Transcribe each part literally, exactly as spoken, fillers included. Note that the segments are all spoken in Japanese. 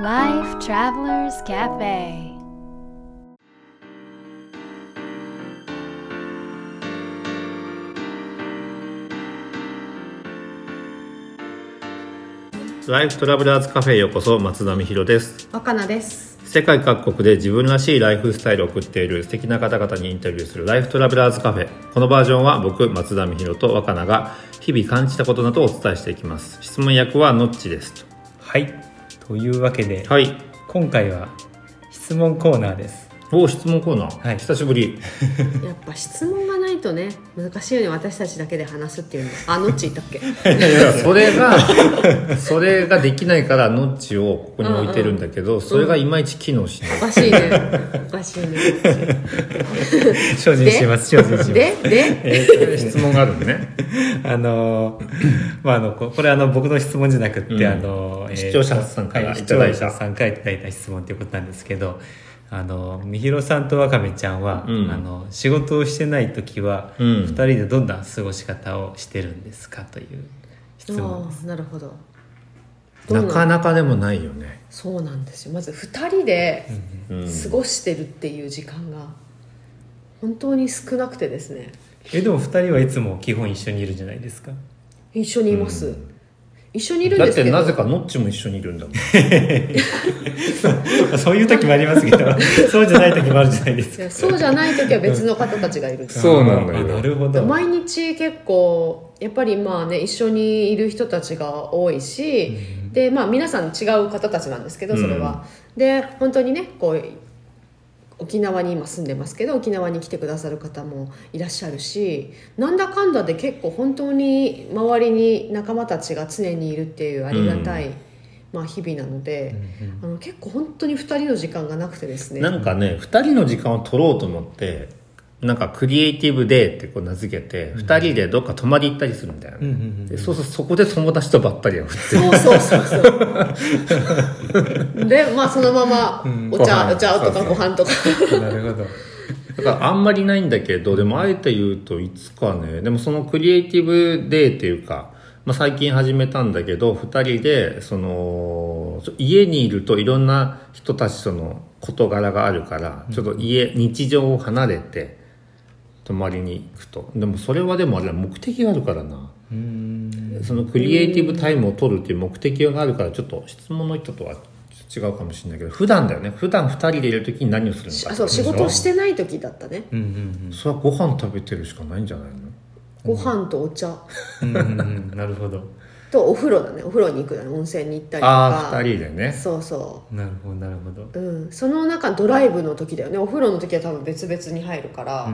Life Travelers Cafe。 ライフトラベラーズカフェへようこそ。松田美弘です。 若菜です。 世界各国で自分らしいライフスタイルを送っている素敵な方々にインタビューするライフトラベラーズカフェ。このバージョンは僕松田美弘と若菜が日々感じたことなどをお伝えしていきます。質問役はのっちですと。 はい、というわけで、 はい、 今回は質問コーナーです。 お質問コーナー、 はい、 久しぶり。 やっぱ質問がないとね難しいよね。私たちだけで話すっていうの。あ、のっち言ったっけ？ いやいやそれがそれができないからのっちをここに置いてるんだけど、うんうん、それがいまいち機能しない、うん、 おかしいねおかしいね精進します精進しますでで、 えー、質問があるのねあのまああのこれあの僕の質問じゃなくって、うん、あの、 えー、視聴者さんからいただいた、 視聴者さんからいただいた質問ということなんですけど、あのみひろさんとわかめちゃんは、うん、あの仕事をしてない時は、うん、ふたりでどんな過ごし方をしてるんですかという質問です。 なるほど。 なかなかでもないよね。 そうなんですよ。まずふたりで過ごしてるっていう時間が本当に少なくてですね。 えでもふたりはいつも基本一緒にいるじゃないですか。 一緒にいます、うん、一緒にいるんですけど、 だってなぜかのっちも一緒にいるんだもんそういう時もありますけどそうじゃない時もあるじゃないですか。 そうじゃない時は別の方たちがいるそうなんだよ。 なるほど。 毎日結構やっぱりまあね一緒にいる人たちが多いし、うん、でまあ皆さん違う方たちなんですけどそれは、うん、で本当にねこう沖縄に今住んでますけど沖縄に来てくださる方もいらっしゃるし、なんだかんだで結構本当に周りに仲間たちが常にいるっていうありがたい、うんまあ、日々なので、うんうん、あの結構本当にふたりの時間がなくてですね、 なんかねふたりの時間を取ろうと思ってなんかクリエイティブデーってこう名付けて、うん、ふたりでどっか泊まり行ったりするんだよね、うんうんうん、でそうそうそこで友達とばったりやる。 そうそうそうそうでまあそのままお茶、うん、お茶とかご飯とかなるほど。 だからあんまりないんだけど、でもあえて言うといつかね、でもそのクリエイティブデーっていうか、まあ、最近始めたんだけどふたりでその家にいるといろんな人たちとの事柄があるからちょっと家、日常を離れて泊まりに行くと。でもそれはでもあれは目的があるからな。うーんそのクリエイティブタイムを取るっていう目的があるからちょっと質問の人とは違うかもしれないけど、普段だよね。普段ふたりでいる時に何をするのか。 あそう仕事をしてない時だったね、 うんうんうん、 それはご飯食べてるしかないんじゃないの。 ご飯とお茶うんうん、うん、なるほど。 とお風呂だね。お風呂に行くだね。温泉に行ったりとか。 ああふたりでね。 そうそう。 なるほどなるほど。 うん。その中ドライブの時だよね。お風呂の時は多分別々に入るから、うんうん、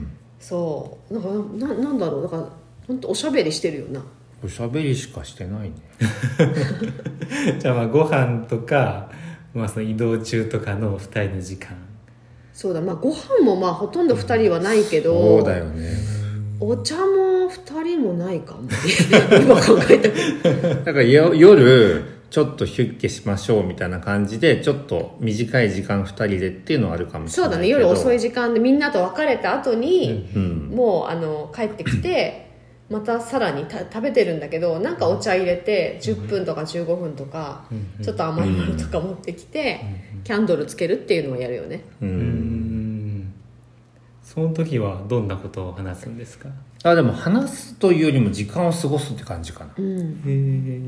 そうなんか な, なんだろうだから本当おしゃべりしてるよな。 おしゃべりしかしてないねじゃあまあご飯とか、まあ、その移動中とかのふたりの時間。 そうだまあご飯もまあほとんどふたりはないけど、 そうだよね。 お茶もふたりもないかも今考えたけどだから夜ちょっとヒュッケしましょうみたいな感じでちょっと短い時間ふたりでっていうのはあるかもしれないけど、 そうだね。夜遅い時間でみんなと別れた後に、うん、もうあの帰ってきてまたさらにた食べてるんだけどなんかお茶入れてじゅっぷんとかじゅうごふんとか、うん、ちょっと甘いものとか持ってきて、うん、キャンドルつけるっていうのをやるよね。 うんうんその時はどんなことを話すんですか？ あでも話すというよりも時間を過ごすって感じかな、うん、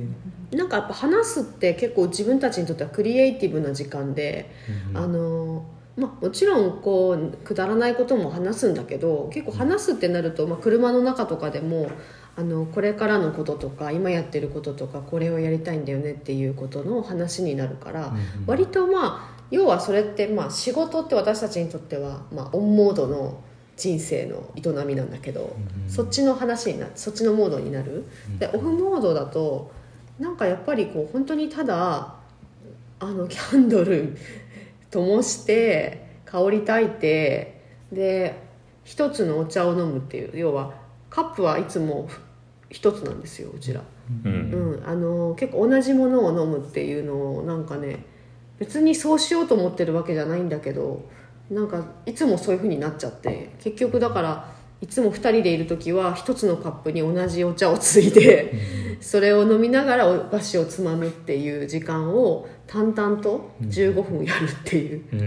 なんかやっぱ話すって結構自分たちにとってはクリエイティブな時間で、うん、あのまあ、もちろんこうくだらないことも話すんだけど結構話すってなると、まあ、車の中とかでもあのこれからのこととか今やってることとかこれをやりたいんだよねっていうことの話になるから、うん、割とまあ要はそれって、まあ、仕事って私たちにとっては、まあ、オンモードの人生の営みなんだけど、うん、そっちの話になそっちのモードになる、うん、でオフモードだとなんかやっぱりこう本当にただあのキャンドル灯して香り焚いてで一つのお茶を飲むっていう要はカップはいつも一つなんですようちら、うんうん、あの結構同じものを飲むっていうのをなんかね別にそうしようと思ってるわけじゃないんだけどなんかいつもそういう風になっちゃって結局だからいつもふたりでいる時は一つのカップに同じお茶をついでそれを飲みながらお菓子をつまむっていう時間を淡々とじゅうごふんやるっていう、 うん、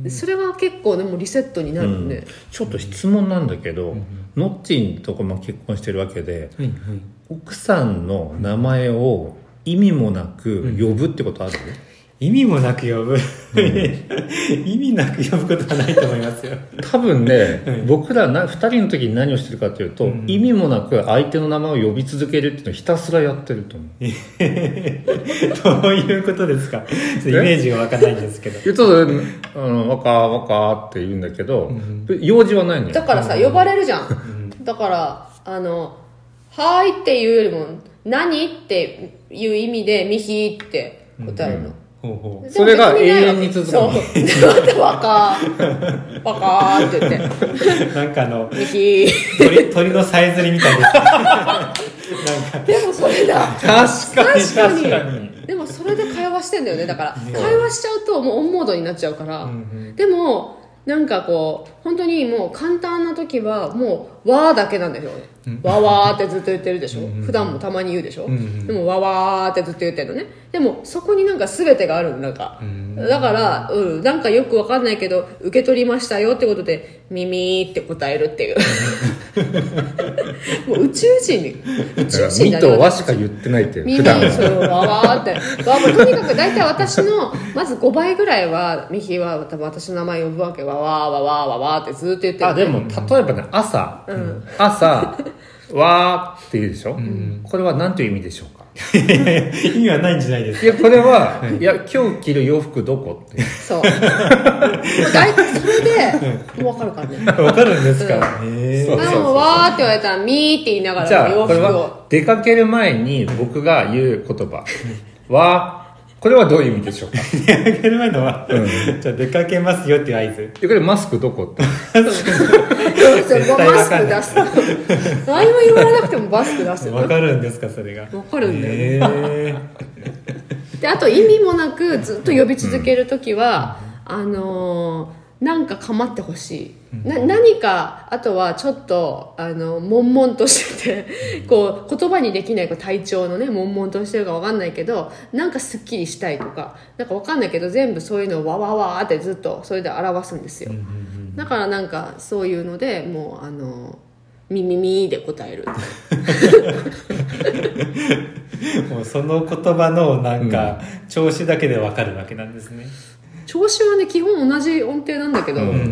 それが結構でもリセットになるね、うん、 ちょっと質問なんだけど、うん、のっちんとこも結婚してるわけで、 はいはい、 奥さんの名前を意味もなく呼ぶってことある？ 意味もなく呼ぶ、うん、意味なく呼ぶことはないと思いますよ。 多分ね、はい、僕らなふたりの時に何をしてるかというと、うん、意味もなく相手の名前を呼び続けるっていうのをひたすらやってると思う。 どういうことですか？イメージが湧かないんですけど。 ちょっと、うん、わかわかって言うんだけど、うん、用事はないのよ。 だからさ、呼ばれるじゃん、うん、だからあのはーいっていうよりも何っていう意味でミヒって答えるの、うんうんほうほう、 それが永遠に続くの。 そうわかーわかーって言ってなんかあのミヒ鳥, 鳥のさえずりみたいですなんかでもそれだ確かに確かにでもそれで会話してんだよね。だから会話しちゃうともうオンモードになっちゃうから、うんうん、でもなんかこう本当にもう簡単な時はもうわーだけなんだよね、うん、わわーってずっと言ってるでしょ、うんうん、普段もたまに言うでしょ、うんうん、でもわわーってずっと言ってるのね。でもそこになんか全てがあるんだか、うん、だから、うん、なんかよくわかんないけど受け取りましたよってことで耳って答えるっていうもう宇宙人に宇宙人になりとわしか言ってないっていう耳そうわわーってわとにかく大体私のまずごばいぐらいはミヒは多分私の名前呼ぶわけ。わわーわわーわわーってずっと言ってる、ね、 あでも例えばね朝、うん、朝わーって言うでしょ、うん、これは何という意味でしょうか？ 意味はないんじゃないですか。 いやこれは、はい、いや今日着る洋服どこってそうもう大体それでもう分かるからね分かるんですか、 うん、へー。あもうわーって言われたらミーって言いながら洋服を。 じゃあこれは出かける前に僕が言う言葉わーこれはどういう意味でしょうか？ 出かける前のは、うん、じゃあ出かけますよっていう合図。 これマスクどこってそうマスク出す何も言われなくてもマスク出すよ。 分かるんですかそれが？ 分かるんだよ、へーであと意味もなくずっと呼び続けるときは、うん、あのーなんか構ってほしい、うん、な何かあとはちょっとあの悶々としててこう言葉にできないこう体調のね悶々としてるか分かんないけどなんかすっきりしたいとかなんか分かんないけど全部そういうのをわわわってずっとそれで表すんですよ、うんうんうん、だからなんかそういうのでもうあのミミミで答えるもうその言葉のなんか調子だけで分かるわけなんですね。 調子はね基本同じ音程なんだけど、うんうんうん、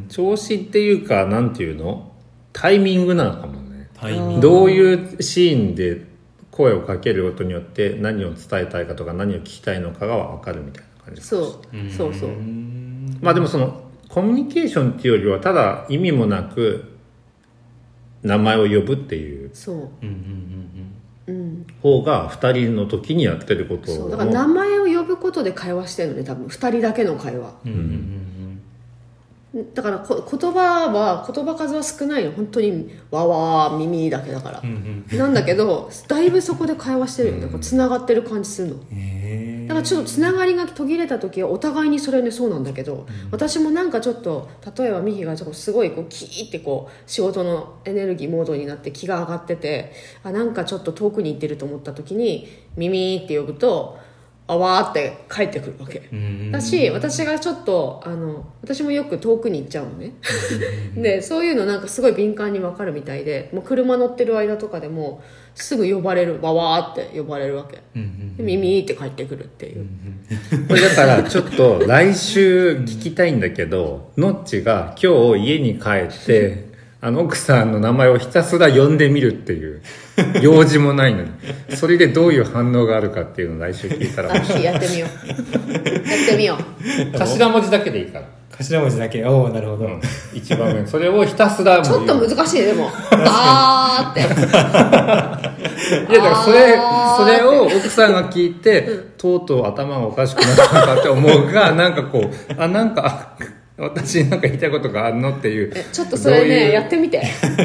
調子っていうかなんていうのタイミングなのかもね。タイミングどういうシーンで声をかけることによって何を伝えたいかとか何を聞きたいのかが分かるみたいな感じ。 そうそうそう。 まあでもそのコミュニケーションっていうよりはただ意味もなく名前を呼ぶっていうそう、うんうんうん、方がふたりの時にやってることをそうだから名前を呼ぶことで会話してるのね多分ふたりだけの会話、うんうんうん、だからこ言葉は言葉数は少ないの本当にわわー耳だけだから、うんうん、なんだけどだいぶそこで会話してるよね、うん、つながってる感じするの、だからちょっとつながりが途切れた時はお互いにそれねそうなんだけど、うん、私もなんかちょっと例えばミヒがちょっとすごいこうキーってこう仕事のエネルギーモードになって気が上がっててあなんかちょっと遠くに行ってると思った時に耳って呼ぶとあわーって帰ってくるわけだし私がちょっとあの私もよく遠くに行っちゃうのねでそういうのなんかすごい敏感に分かるみたいでもう車乗ってる間とかでもすぐ呼ばれるわわーって呼ばれるわけで耳って帰ってくるっていうこれだからちょっと来週聞きたいんだけどノッチが今日家に帰ってあの奥さんの名前をひたすら呼んでみるっていう用事もないのにそれでどういう反応があるかっていうのを来週聞いたらやってみようやってみよう頭文字だけでいいから頭文字だけおおなるほど、うん、 一番上それをひたすらちょっと難しいねでもあーっていやだからそれそれを奥さんが聞いて、うん、とうとう頭がおかしくなったのかって思うがなんかこうあなんか私なんか言いたいことがあるのっていうちょっとそれねやってみて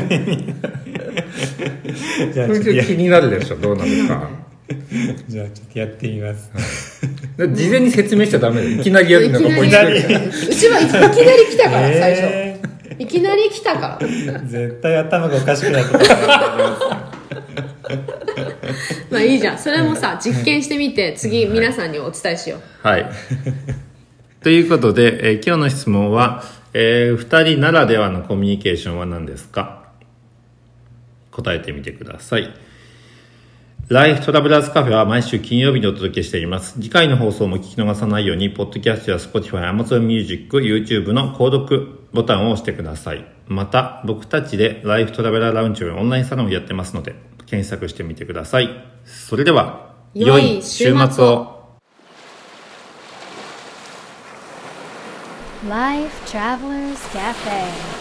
じゃあちょっと気になるでしょどうなるかじゃあちょっとやってみます事前に説明しちゃダメだよいきなりやるのがポイントだうちはいきなり来たから最初、えー、いきなり来たから絶対頭がおかしくなってたまあいいじゃん。それもさ実験してみて次皆さんにお伝えしよう。 はい、はい、ということで、えー、今日の質問は、えー、ふたりならではのコミュニケーションは何ですか？答えてみてください。ライフトラベラーズカフェは毎週金曜日にお届けしています。次回の放送も聞き逃さないように、ポッドキャストや Spotify、Amazon Music、YouTube の購読ボタンを押してください。また、僕たちでライフトラベラーラウンジオンラインサロンをやってますので、検索してみてください。それでは、良い週末を。 Life Travelers Cafe